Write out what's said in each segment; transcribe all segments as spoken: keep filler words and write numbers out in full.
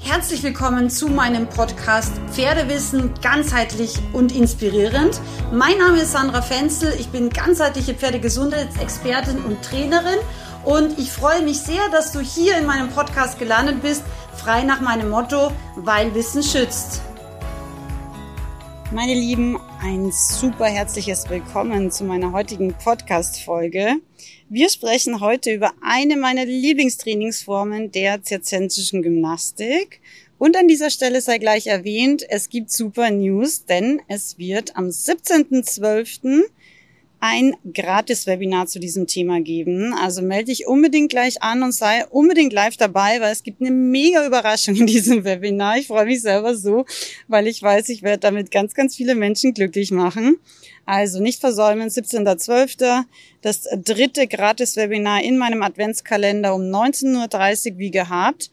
Herzlich willkommen zu meinem Podcast Pferdewissen ganzheitlich und inspirierend. Mein Name ist Sandra Fenzel, ich bin ganzheitliche Pferdegesundheitsexpertin und Trainerin und ich freue mich sehr, dass du hier in meinem Podcast gelandet bist, frei nach meinem Motto, weil Wissen schützt. Meine Lieben, ein super herzliches Willkommen zu meiner heutigen Podcast-Folge. Wir sprechen heute über eine meiner Lieblingstrainingsformen der zirzentrischen Gymnastik. Und an dieser Stelle sei gleich erwähnt, es gibt super News, denn es wird am siebzehnten zwölften ein Gratis-Webinar zu diesem Thema geben. Also melde dich unbedingt gleich an und sei unbedingt live dabei, weil es gibt eine mega Überraschung in diesem Webinar. Ich freue mich selber so, weil ich weiß, ich werde damit ganz, ganz viele Menschen glücklich machen. Also nicht versäumen, siebzehnten zwölften das dritte Gratis-Webinar in meinem Adventskalender um neunzehn Uhr dreißig wie gehabt.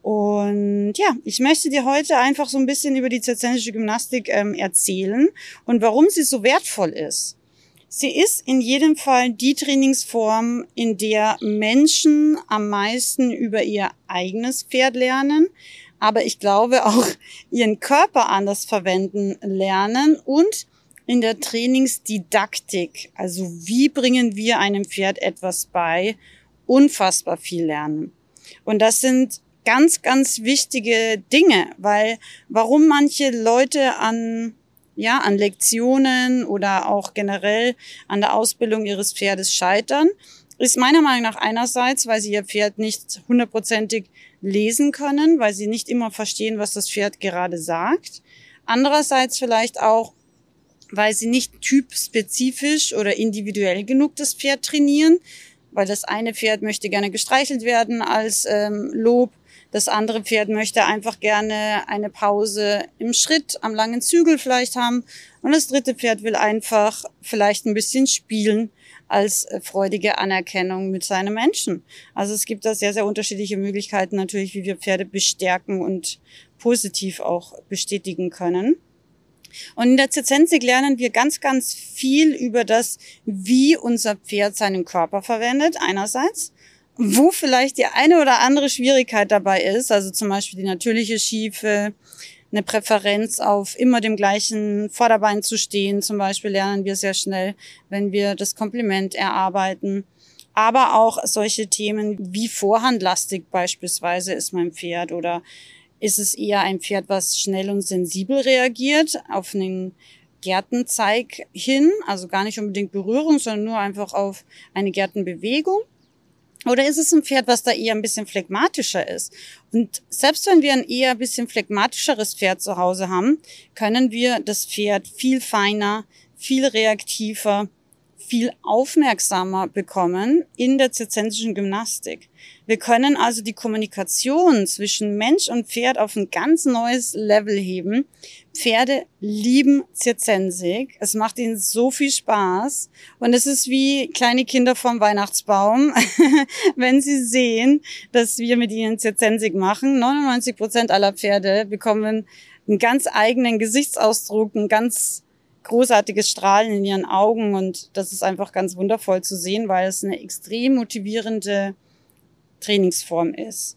Und ja, ich möchte dir heute einfach so ein bisschen über die zirzentrische Gymnastik ähm, erzählen und warum sie so wertvoll ist. Sie ist in jedem Fall die Trainingsform, in der Menschen am meisten über ihr eigenes Pferd lernen, aber ich glaube auch ihren Körper anders verwenden lernen und in der Trainingsdidaktik, also wie bringen wir einem Pferd etwas bei, unfassbar viel lernen. Und das sind ganz, ganz wichtige Dinge, weil warum manche Leute an ja, an Lektionen oder auch generell an der Ausbildung ihres Pferdes scheitern, ist meiner Meinung nach einerseits, weil sie ihr Pferd nicht hundertprozentig lesen können, weil sie nicht immer verstehen, was das Pferd gerade sagt. Andererseits vielleicht auch, weil sie nicht typspezifisch oder individuell genug das Pferd trainieren, weil das eine Pferd möchte gerne gestreichelt werden als ähm, Lob. Das andere Pferd möchte einfach gerne eine Pause im Schritt, am langen Zügel vielleicht haben. Und das dritte Pferd will einfach vielleicht ein bisschen spielen als freudige Anerkennung mit seinem Menschen. Also es gibt da sehr, sehr unterschiedliche Möglichkeiten natürlich, wie wir Pferde bestärken und positiv auch bestätigen können. Und in der Zirzentrik lernen wir ganz, ganz viel über das, wie unser Pferd seinen Körper verwendet, einerseits. Wo vielleicht die eine oder andere Schwierigkeit dabei ist, also zum Beispiel die natürliche Schiefe, eine Präferenz auf immer dem gleichen Vorderbein zu stehen, zum Beispiel lernen wir sehr schnell, wenn wir das Kompliment erarbeiten. Aber auch solche Themen wie vorhandlastig beispielsweise ist mein Pferd oder ist es eher ein Pferd, was schnell und sensibel reagiert auf einen Gärtenzeig hin, also gar nicht unbedingt Berührung, sondern nur einfach auf eine Gärtenbewegung. Oder ist es ein Pferd, was da eher ein bisschen phlegmatischer ist? Und selbst wenn wir ein eher ein bisschen phlegmatischeres Pferd zu Hause haben, können wir das Pferd viel feiner, viel reaktiver, viel aufmerksamer bekommen in der zirzentrischen Gymnastik. Wir können also die Kommunikation zwischen Mensch und Pferd auf ein ganz neues Level heben. Pferde lieben Zirzentrik. Es macht ihnen so viel Spaß. Und es ist wie kleine Kinder vom Weihnachtsbaum, wenn sie sehen, dass wir mit ihnen Zirzentrik machen. neunundneunzig Prozent aller Pferde bekommen einen ganz eigenen Gesichtsausdruck, ein ganz großartiges Strahlen in ihren Augen. Und das ist einfach ganz wundervoll zu sehen, weil es eine extrem motivierende Trainingsform ist.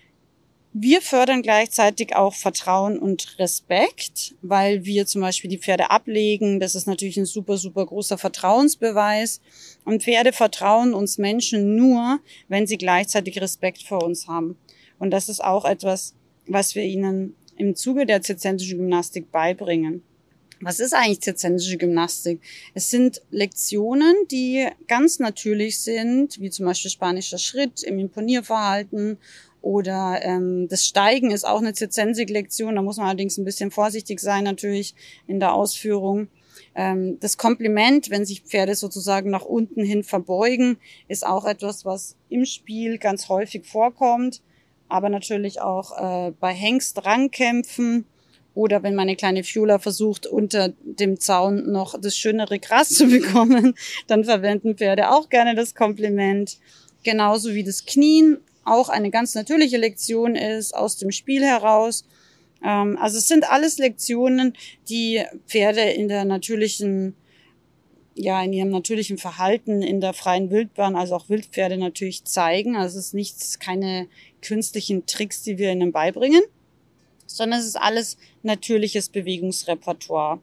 Wir fördern gleichzeitig auch Vertrauen und Respekt, weil wir zum Beispiel die Pferde ablegen. Das ist natürlich ein super, super großer Vertrauensbeweis. Und Pferde vertrauen uns Menschen nur, wenn sie gleichzeitig Respekt vor uns haben. Und das ist auch etwas, was wir ihnen im Zuge der zirzentrischen Gymnastik beibringen. Was ist eigentlich zirzentrische Gymnastik? Es sind Lektionen, die ganz natürlich sind, wie zum Beispiel spanischer Schritt im Imponierverhalten oder ähm, das Steigen ist auch eine Zirzentrik-Lektion. Da muss man allerdings ein bisschen vorsichtig sein natürlich in der Ausführung. Ähm, das Kompliment, wenn sich Pferde sozusagen nach unten hin verbeugen, ist auch etwas, was im Spiel ganz häufig vorkommt, aber natürlich auch äh, bei Hengst-Rangkämpfen. Oder wenn meine kleine Fiola versucht, unter dem Zaun noch das schönere Gras zu bekommen, dann verwenden Pferde auch gerne das Kompliment. Genauso wie das Knien auch eine ganz natürliche Lektion ist, aus dem Spiel heraus. Also es sind alles Lektionen, die Pferde in der natürlichen, ja, in ihrem natürlichen Verhalten in der freien Wildbahn, also auch Wildpferde natürlich zeigen. Also es ist nichts, keine künstlichen Tricks, die wir ihnen beibringen. sondern es ist alles natürliches Bewegungsrepertoire.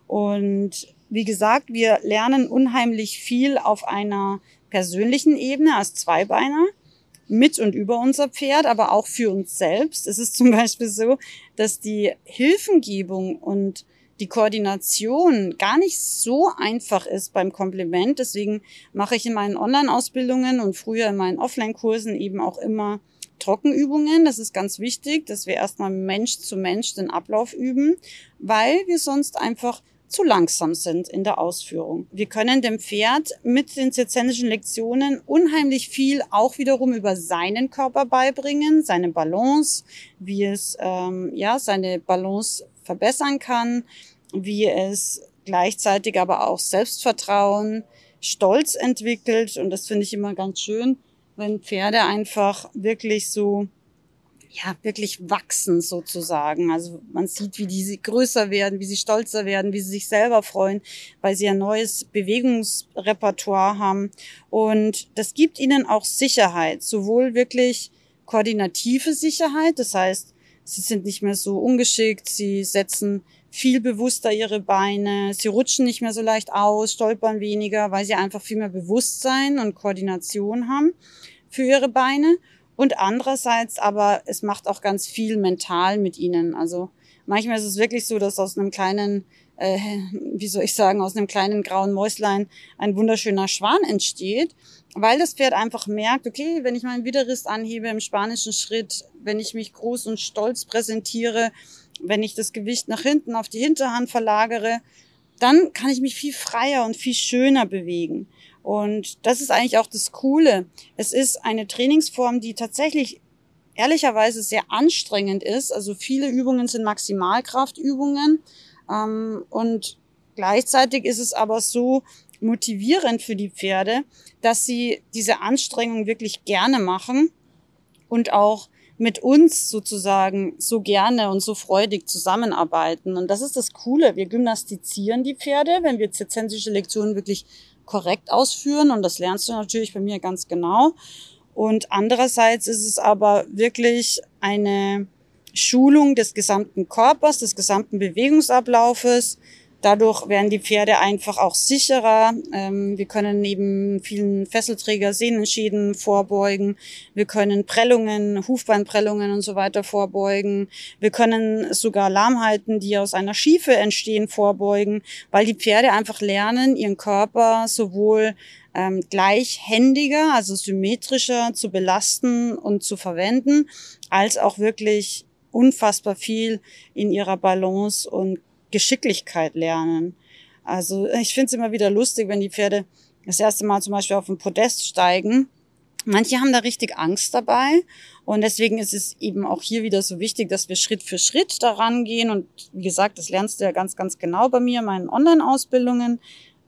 Und wie gesagt, wir lernen unheimlich viel auf einer persönlichen Ebene als Zweibeiner, mit und über unser Pferd, aber auch für uns selbst. Es ist zum Beispiel so, dass die Hilfengebung und die Koordination gar nicht so einfach ist beim Kompliment. Deswegen mache ich in meinen Online-Ausbildungen und früher in meinen Offline-Kursen eben auch immer Trockenübungen. Das ist ganz wichtig, dass wir erstmal Mensch zu Mensch den Ablauf üben, weil wir sonst einfach zu langsam sind in der Ausführung. Wir können dem Pferd mit den zirzensischen Lektionen unheimlich viel auch wiederum über seinen Körper beibringen, seine Balance, wie es ähm, ja seine Balance verbessern kann, wie es gleichzeitig aber auch Selbstvertrauen, Stolz entwickelt. Und das finde ich immer ganz schön, wenn Pferde einfach wirklich so ja, wirklich wachsen sozusagen. Also man sieht, wie die größer werden, wie sie stolzer werden, wie sie sich selber freuen, weil sie ein neues Bewegungsrepertoire haben. Und das gibt ihnen auch Sicherheit, sowohl wirklich koordinative Sicherheit, das heißt, sie sind nicht mehr so ungeschickt, sie setzen viel bewusster ihre Beine, sie rutschen nicht mehr so leicht aus, stolpern weniger, weil sie einfach viel mehr Bewusstsein und Koordination haben für ihre Beine. Und andererseits aber, es macht auch ganz viel mental mit ihnen. Also manchmal ist es wirklich so, dass aus einem kleinen, äh, wie soll ich sagen, aus einem kleinen grauen Mäuslein ein wunderschöner Schwan entsteht, weil das Pferd einfach merkt, okay, wenn ich meinen Widerrist anhebe im spanischen Schritt, wenn ich mich groß und stolz präsentiere, wenn ich das Gewicht nach hinten auf die Hinterhand verlagere, dann kann ich mich viel freier und viel schöner bewegen. Und das ist eigentlich auch das Coole. Es ist eine Trainingsform, die tatsächlich ehrlicherweise sehr anstrengend ist. Also viele Übungen sind Maximalkraftübungen. Ähm, und gleichzeitig ist es aber so motivierend für die Pferde, dass sie diese Anstrengung wirklich gerne machen und auch mit uns sozusagen so gerne und so freudig zusammenarbeiten. Und das ist das Coole. Wir gymnastizieren die Pferde, wenn wir zirzensische Lektionen wirklich korrekt ausführen. Und das lernst du natürlich bei mir ganz genau. Und andererseits ist es aber wirklich eine Schulung des gesamten Körpers, des gesamten Bewegungsablaufes. Dadurch werden die Pferde einfach auch sicherer. Wir können neben vielen Fesselträger Sehnenschäden vorbeugen. Wir können Prellungen, Hufbeinprellungen und so weiter vorbeugen. Wir können sogar Lahmheiten, die aus einer Schiefe entstehen, vorbeugen, weil die Pferde einfach lernen, ihren Körper sowohl ähm, gleichhändiger, also symmetrischer zu belasten und zu verwenden, als auch wirklich unfassbar viel in ihrer Balance und Geschicklichkeit lernen. Also ich finde es immer wieder lustig, wenn die Pferde das erste Mal zum Beispiel auf den Podest steigen. Manche haben da richtig Angst dabei und deswegen ist es eben auch hier wieder so wichtig, dass wir Schritt für Schritt daran gehen. Und wie gesagt, das lernst du ja ganz, ganz genau bei mir in meinen Online-Ausbildungen.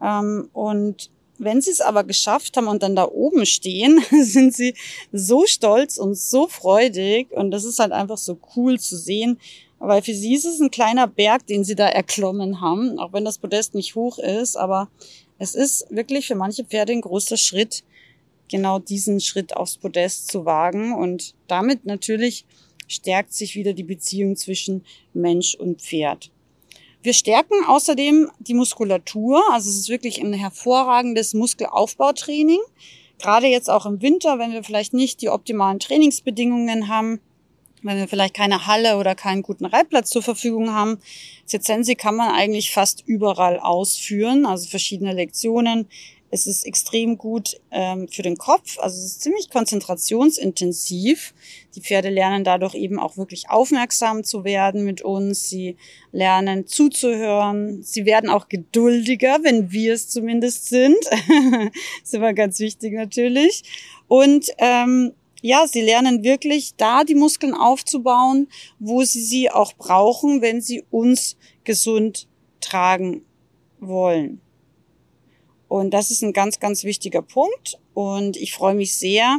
Und wenn sie es aber geschafft haben und dann da oben stehen, sind sie so stolz und so freudig und das ist halt einfach so cool zu sehen, weil für sie ist es ein kleiner Berg, den sie da erklommen haben, auch wenn das Podest nicht hoch ist. Aber es ist wirklich für manche Pferde ein großer Schritt, genau diesen Schritt aufs Podest zu wagen. Und damit natürlich stärkt sich wieder die Beziehung zwischen Mensch und Pferd. Wir stärken außerdem die Muskulatur. Also es ist wirklich ein hervorragendes Muskelaufbautraining. Gerade jetzt auch im Winter, wenn wir vielleicht nicht die optimalen Trainingsbedingungen haben, wenn wir vielleicht keine Halle oder keinen guten Reitplatz zur Verfügung haben. Circensi kann man eigentlich fast überall ausführen, also verschiedene Lektionen. Es ist extrem gut ähm, für den Kopf, also es ist ziemlich konzentrationsintensiv. Die Pferde lernen dadurch eben auch wirklich aufmerksam zu werden mit uns. Sie lernen zuzuhören. Sie werden auch geduldiger, wenn wir es zumindest sind. Das ist immer ganz wichtig natürlich. Und ähm, ja, sie lernen wirklich da die Muskeln aufzubauen, wo sie sie auch brauchen, wenn sie uns gesund tragen wollen. Und das ist ein ganz, ganz wichtiger Punkt. Und ich freue mich sehr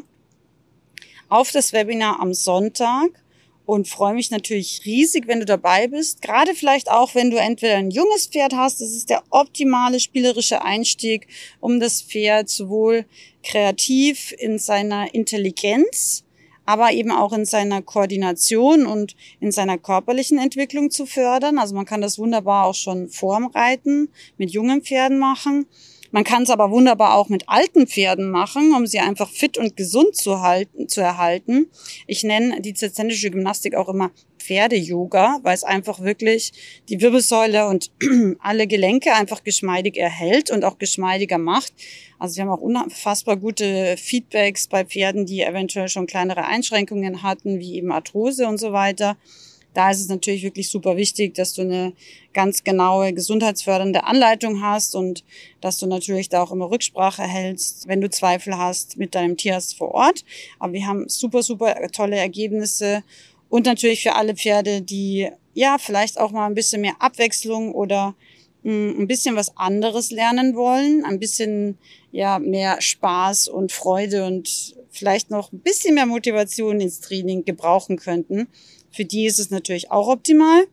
auf das Webinar am Sonntag und freue mich natürlich riesig, wenn du dabei bist. Gerade vielleicht auch, wenn du entweder ein junges Pferd hast. Das ist der optimale spielerische Einstieg, um das Pferd sowohl kreativ in seiner Intelligenz aber eben auch in seiner Koordination und in seiner körperlichen Entwicklung zu fördern. Also man kann das wunderbar auch schon vorm Reiten mit jungen Pferden machen. Man kann es aber wunderbar auch mit alten Pferden machen, um sie einfach fit und gesund zu halten, zu erhalten. Ich nenne die zirzentische Gymnastik auch immer Pferde-Yoga, weil es einfach wirklich die Wirbelsäule und alle Gelenke einfach geschmeidig erhält und auch geschmeidiger macht. Also wir haben auch unfassbar gute Feedbacks bei Pferden, die eventuell schon kleinere Einschränkungen hatten, wie eben Arthrose und so weiter. Da ist es natürlich wirklich super wichtig, dass du eine ganz genaue gesundheitsfördernde Anleitung hast und dass du natürlich da auch immer Rücksprache hältst, wenn du Zweifel hast mit deinem Tierarzt vor Ort. Aber wir haben super, super tolle Ergebnisse und natürlich für alle Pferde, die ja vielleicht auch mal ein bisschen mehr Abwechslung oder mh, ein bisschen was anderes lernen wollen, ein bisschen ja mehr Spaß und Freude und vielleicht noch ein bisschen mehr Motivation ins Training gebrauchen könnten. Für die ist es natürlich auch optimal.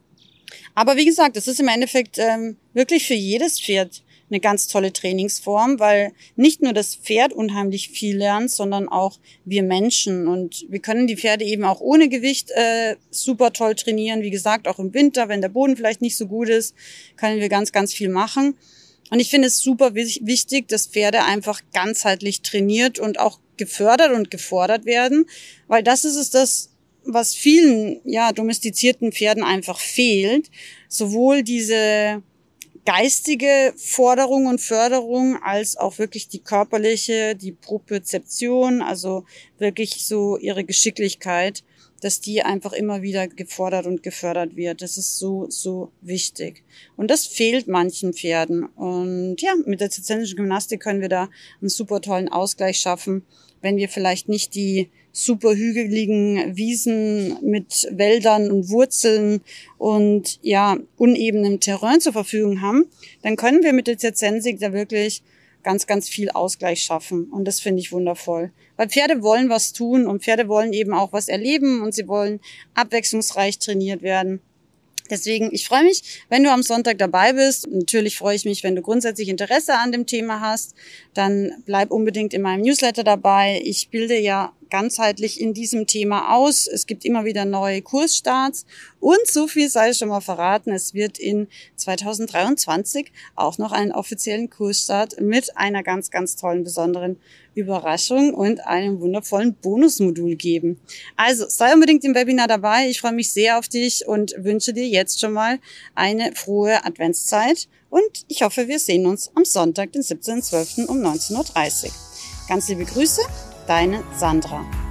Aber wie gesagt, es ist im Endeffekt ähm, wirklich für jedes Pferd eine ganz tolle Trainingsform, weil nicht nur das Pferd unheimlich viel lernt, sondern auch wir Menschen. Und wir können die Pferde eben auch ohne Gewicht äh, super toll trainieren. Wie gesagt, auch im Winter, wenn der Boden vielleicht nicht so gut ist, können wir ganz, ganz viel machen. Und ich finde es super wichtig, dass Pferde einfach ganzheitlich trainiert und auch gefördert und gefordert werden, weil das ist es, das was vielen ja domestizierten Pferden einfach fehlt, sowohl diese geistige Forderung und Förderung als auch wirklich die körperliche, die Propriozeption, also wirklich so ihre Geschicklichkeit, dass die einfach immer wieder gefordert und gefördert wird. Das ist so, so wichtig. Und das fehlt manchen Pferden. Und ja, mit der zirzensischen Gymnastik können wir da einen super tollen Ausgleich schaffen, wenn wir vielleicht nicht die super hügeligen Wiesen mit Wäldern und Wurzeln und ja unebenem Terrain zur Verfügung haben, dann können wir mit der Zirzensik da wirklich ganz, ganz viel Ausgleich schaffen. Und das finde ich wundervoll. Weil Pferde wollen was tun und Pferde wollen eben auch was erleben und sie wollen abwechslungsreich trainiert werden. Deswegen, ich freue mich, wenn du am Sonntag dabei bist. Natürlich freue ich mich, wenn du grundsätzlich Interesse an dem Thema hast. Dann bleib unbedingt in meinem Newsletter dabei. Ich bilde ja ganzheitlich in diesem Thema aus. Es gibt immer wieder neue Kursstarts. Und so viel sei schon mal verraten, es wird in zwanzig dreiundzwanzig auch noch einen offiziellen Kursstart mit einer ganz, ganz tollen, besonderen Überraschung und einem wundervollen Bonusmodul geben. Also sei unbedingt im Webinar dabei. Ich freue mich sehr auf dich und wünsche dir jetzt schon mal eine frohe Adventszeit. Und ich hoffe, wir sehen uns am Sonntag, den siebzehnten zwölften um neunzehn Uhr dreißig. Ganz liebe Grüße, deine Sandra.